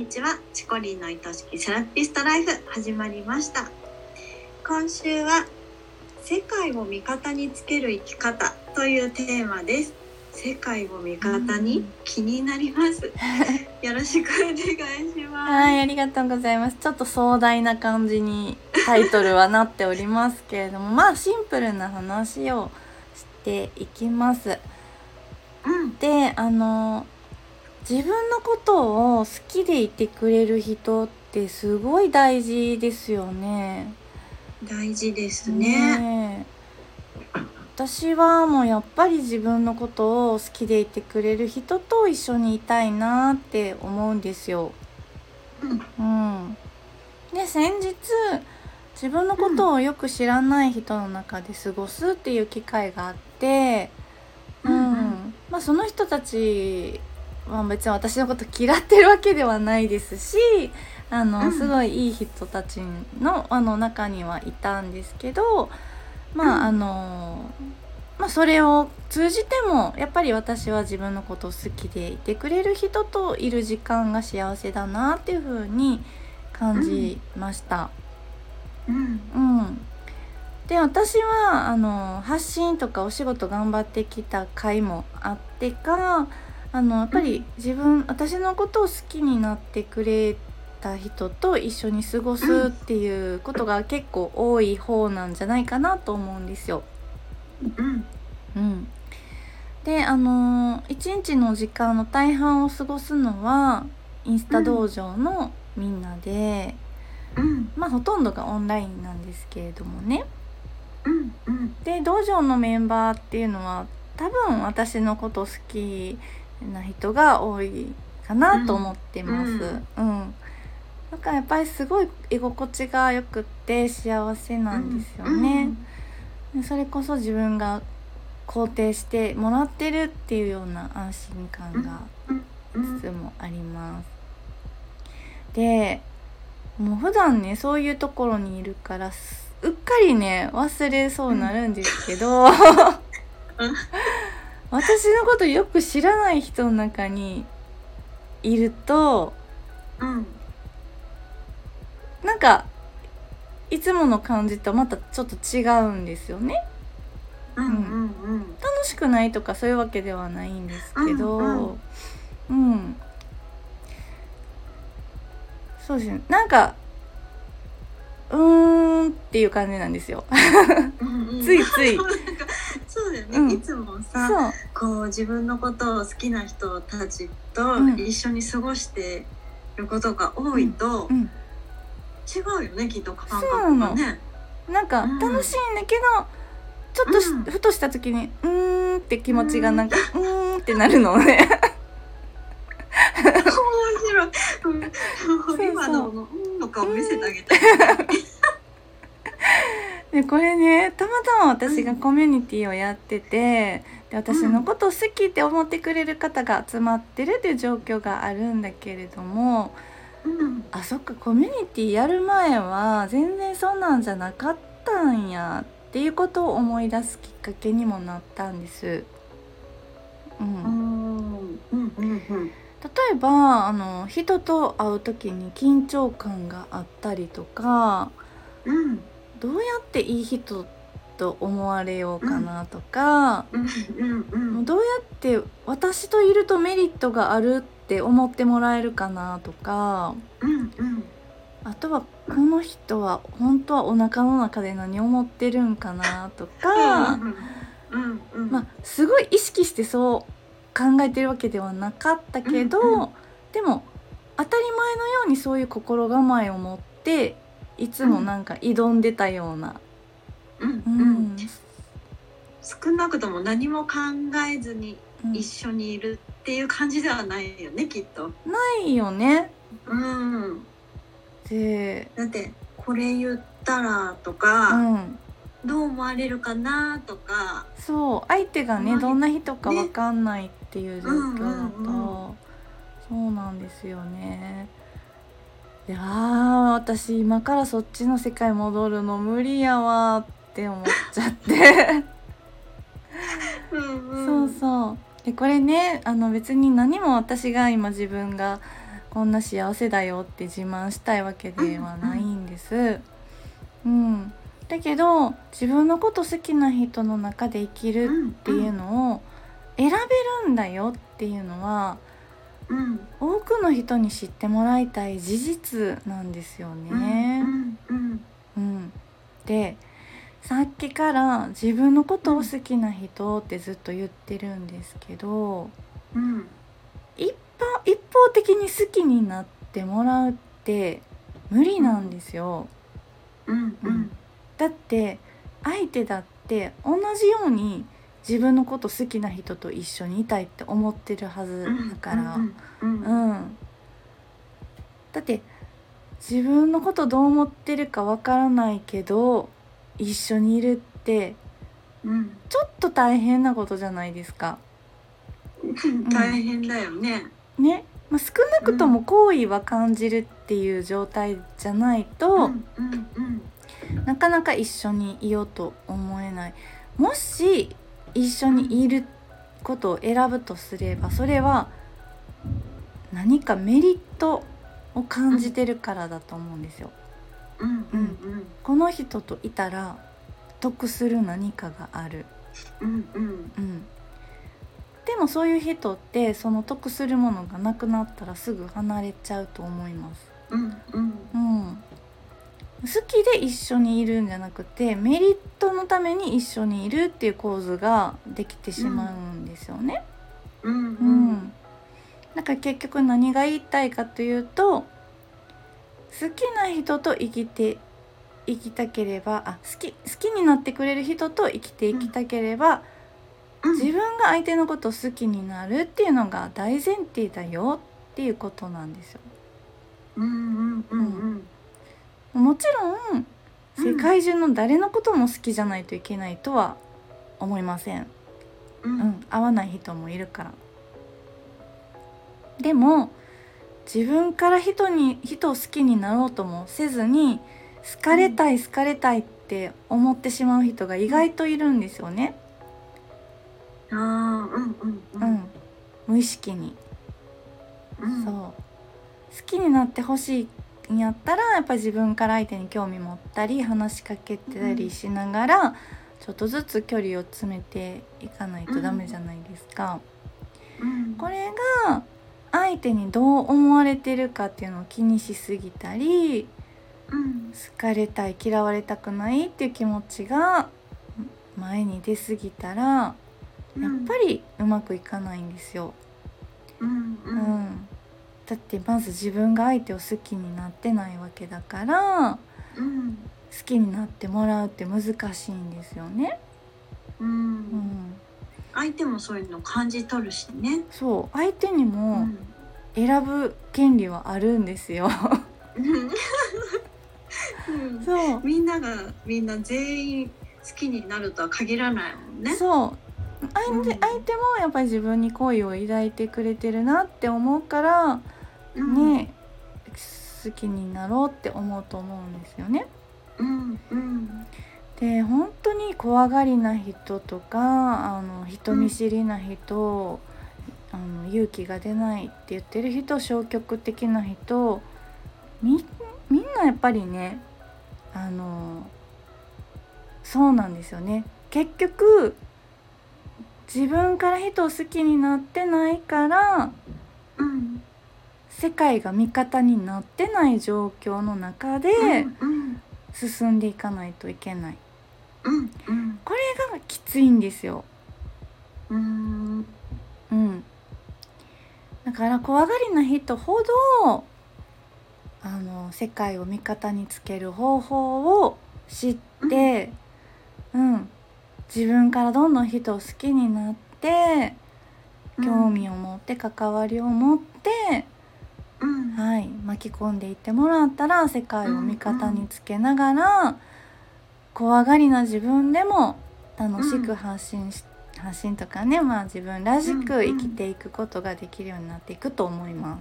にちは。チコリンの愛しきセラピストライフ始まりました。今週は世界を味方につける生き方というテーマです。世界を味方に気になります。よろしくお願いします。 はい、ありがとうございます。ちょっと壮大な感じにタイトルはなっておりますけれども、まあシンプルな話をしていきます。で、自分のことを好きでいてくれる人ってすごい大事ですよね。 大事ですね。 私はもうやっぱり自分のことを好きでいてくれる人と一緒にいたいなって思うんですよ。で、先日自分のことをよく知らない人の中で過ごすっていう機会があって、まあその人たちは別に私のこと嫌ってるわけではないですし、すごいいい人たちの中にはいたんですけど、まあそれを通じてもやっぱり私は自分のことを好きでいてくれる人といる時間が幸せだなっていう風に感じました。で、私は発信とかお仕事頑張ってきた回もあってか、やっぱり私のことを好きになってくれた人と一緒に過ごすっていうことが結構多い方なんじゃないかなと思うんですよ。で、一日の時間の大半を過ごすのはインスタ道場のみんなで、まあほとんどがオンラインなんですけれどもね。で、道場のメンバーっていうのは多分私のこと好きな人が多いかなと思ってます。だからやっぱりすごい居心地がよくって幸せなんですよね。それこそ自分が肯定してもらってるっていうような安心感がいつもあります。で、もう普段ねそういうところにいるからうっかりね忘れそうになるんですけど、私のことよく知らない人の中にいると、なんかいつもの感じとまたちょっと違うんですよね。楽しくないとかそういうわけではないんですけど、そうですね、なんかっていう感じなんですよ。ついついそうだよね、いつもさ、こう自分のことを好きな人たちと一緒に過ごしてることが多いと、違うよね、きっと感覚がね。 なんか楽しいんだけど、ちょっとふとした時にって気持ちがなんかってなるのね。 面白い。今のの顔見せてあげたい。 で、これね、たまたま私がコミュニティをやってて、で、私のことを好きって思ってくれる方が集まってるっていう状況があるんだけれども、あ、そっか、コミュニティやる前は全然そんなんじゃなかったんやっていうことを思い出すきっかけにもなったんです。例えば人と会う時に緊張感があったりとか、どうやっていい人と思われようかなとか、どうやって私といるとメリットがあるって思ってもらえるかなとか、あとはこの人は本当はお腹の中で何思ってるんかなとか、まあすごい意識してそう考えてるわけではなかったけど、でも当たり前のようにそういう心構えを持っていつもなんか挑んでたような、 少なくとも何も考えずに一緒にいるっていう感じではないよね、きっと。 ないよね。 で、だってこれ言ったらとか、どう思われるかなとか、 そう、相手がねどんな人か分かんないっていう状況だと、そうなんですよね。で、私今からそっちの世界戻るの無理やわって思っちゃってそうそう。で、これね別に何も私が今自分がこんな幸せだよって自慢したいわけではないんです。だけど自分のこと好きな人の中で生きるっていうのを選べるんだよっていうのは、多くの人に知ってもらいたい事実なんですよね。で、さっきから自分のことを好きな人ってずっと言ってるんですけど、一方的に好きになってもらうって無理なんですよ。だって相手だって同じように自分のこと好きな人と一緒にいたいって思ってるはずだから、だって自分のことどう思ってるかわからないけど一緒にいるって、ちょっと大変なことじゃないですか。 大変だよね。 少なくとも好意は感じるっていう状態じゃないと、なかなか一緒にいようと思えない。もし一緒にいることを選ぶとすれば、それは何かメリットを感じてるからだと思うんですよ。この人といたら得する何かがある。でもそういう人ってその得するものがなくなったらすぐ離れちゃうと思います。好きで一緒にいるんじゃなくて、メリットのために一緒にいるっていう構図ができてしまうんですよね。だから結局何が言いたいかというと、好きな人と生きたければ、好きになってくれる人と生きていきたければ、自分が相手のことを好きになるっていうのが大前提だよっていうことなんですよ。もちろん世界中の誰のことも好きじゃないといけないとは思いません。合わない人もいるから。でも自分から人を好きになろうともせずに好かれたいって思ってしまう人が意外といるんですよね。無意識に。好きになってほしいんやったら、やっぱり自分から相手に興味持ったり話しかけたりしながら、ちょっとずつ距離を詰めていかないとダメじゃないですか。これが相手にどう思われてるかっていうのを気にしすぎたり、好かれたい嫌われたくないっていう気持ちが前に出すぎたら、やっぱりうまくいかないんですよ。だってまず自分が相手を好きになってないわけだから、好きになってもらうって難しいんですよね。 相手もそういうの感じ取るしね。 そう相手にも選ぶ権利はあるんですよ。 そうみんな全員好きになるとは限らないもんね。 そう相手もやっぱり自分に好意を抱いてくれてるなって思うからね、好きになろうって思うと思うんですよね。で本当に怖がりな人とか人見知りな人、勇気が出ないって言ってる人、消極的な人、みんなやっぱりねそうなんですよね。結局自分から人を好きになってないから、世界が味方になってない状況の中で進んでいかないといけない。これがきついんですよ。だから怖がりな人ほど世界を味方につける方法を知って、自分からどんどん人を好きになって興味を持って関わりを持って、巻き込んでいってもらったら、世界を味方につけながら怖がりな自分でも楽しく発信とかね、自分らしく生きていくことができるようになっていくと思います。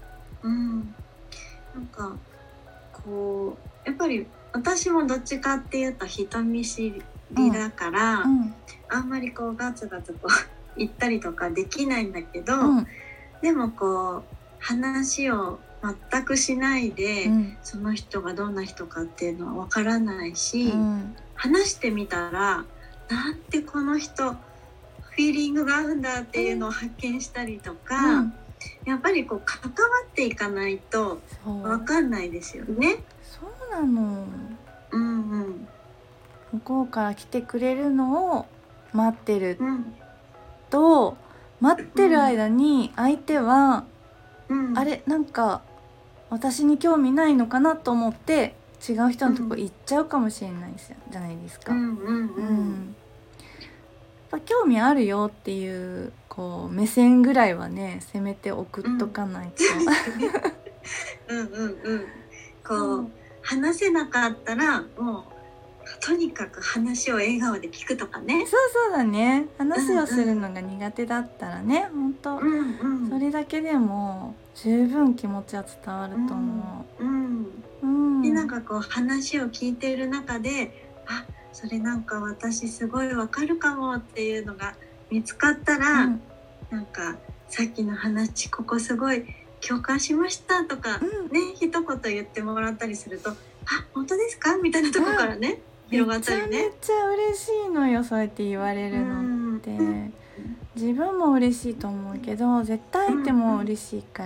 なんかこうやっぱり私もどっちかっていうと人見知りだから、あんまりこうガツガツこう言ったりとかできないんだけど、でもこう話を全くしないで、 うん、 その人がどんな人かっていうのはわからないし、 うん、 話してみたらなんてこの人フィーリングが合うんだっていうのを発見したりとか、 うん、 やっぱりこう関わっていかないとわかんないですよね。 そうなの。 うんうん、 向こうから来てくれるのを待ってるうんと、待ってる間に相手は、 うん、 あれなんか私に興味ないのかなと思って違う人のとこ行っちゃうかもしれないじゃないですか。 うんうんうんやっぱ興味あるよっていうこう目線ぐらいはね、せめて送っとかないと。 うんうんうん、こう話せなかったらもうとにかく話を笑顔で聞くとかね。 そうだね。話をするのが苦手だったらね、本当、それだけでも十分気持ちは伝わると思う。 でなんかこう話を聞いている中で、あ、それなんか私すごいわかるかもっていうのが見つかったら、なんかさっきの話ここすごい共感しましたとか、ね、一言言ってもらったりすると、あ、本当ですかみたいなとこからね、広がったりね。 めちゃめちゃ嬉しいのよ、そうやって言われるのって。自分も嬉しいと思うけど、絶対相手も嬉しいから、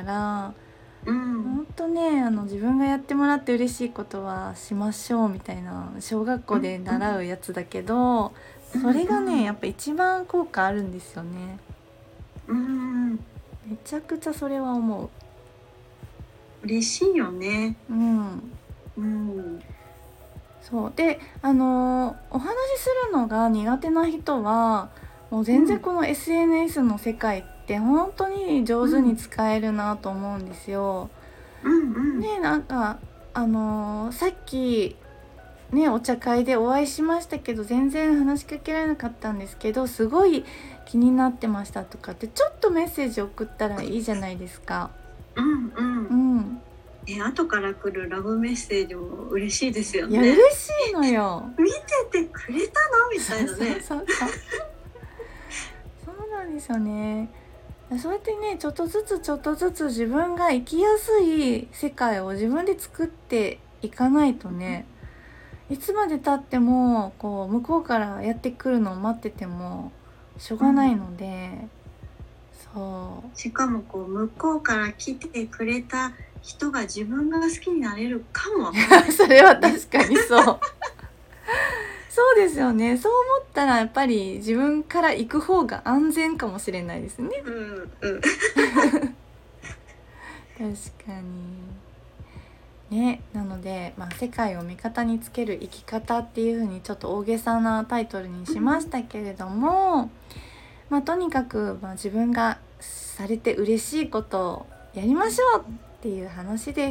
本当ね、自分がやってもらって嬉しいことはしましょうみたいな小学校で習うやつだけど、それがねやっぱ一番効果あるんですよね。めちゃくちゃそれは思う。 嬉しいよね。 そうで、お話しするのが苦手な人はもう全然この SNS の世界って本当に上手に使えるなと思うんですよ。ね、なんかさっきねお茶会でお会いしましたけど全然話しかけられなかったんですけど、すごい気になってましたとかってちょっとメッセージ送ったらいいじゃないですか。 後から来るラブメッセージも嬉しいですよね。 いや嬉しいのよ。 見ててくれたのみたいなね。 そうなんですよね。そうやってね、ちょっとずつ自分が生きやすい世界を自分で作っていかないとね、いつまで経ってもこう向こうからやってくるのを待っててもしょうがないので、そうしかもこう向こうから来てくれた人が自分が好きになれるかもわからない、ね、 それは確かにそうそうですよね。そう思ったらやっぱり自分から行く方が安全かもしれないですね。確かにね。なので、世界を味方につける生き方っていう風にちょっと大げさなタイトルにしましたけれども、とにかく、自分がされて嬉しいことをやりましょうっていう話です。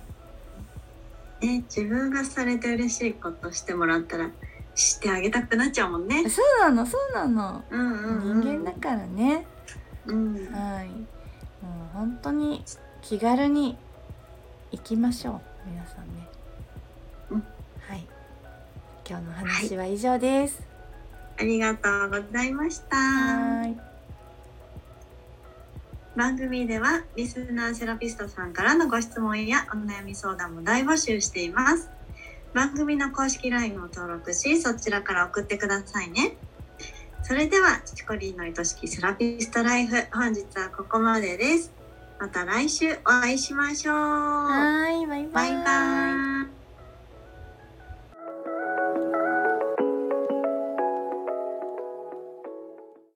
自分がされて嬉しいことしてもらったらしてあげたくなっちゃうもんね。 そうなの、人間だからね。はい、もう本当に気軽に行きましょう皆さんね。はい、今日の話は以上です。 ありがとうございました。番組ではリスナーセラピストさんからのご質問やお悩み相談も大募集しています。番組の公式 LINE を登録し、そちらから送ってくださいね。それではチコリンの愛しきセラピストライフ、本日はここまでです。また来週お会いしましょう。 はい、バイバイ。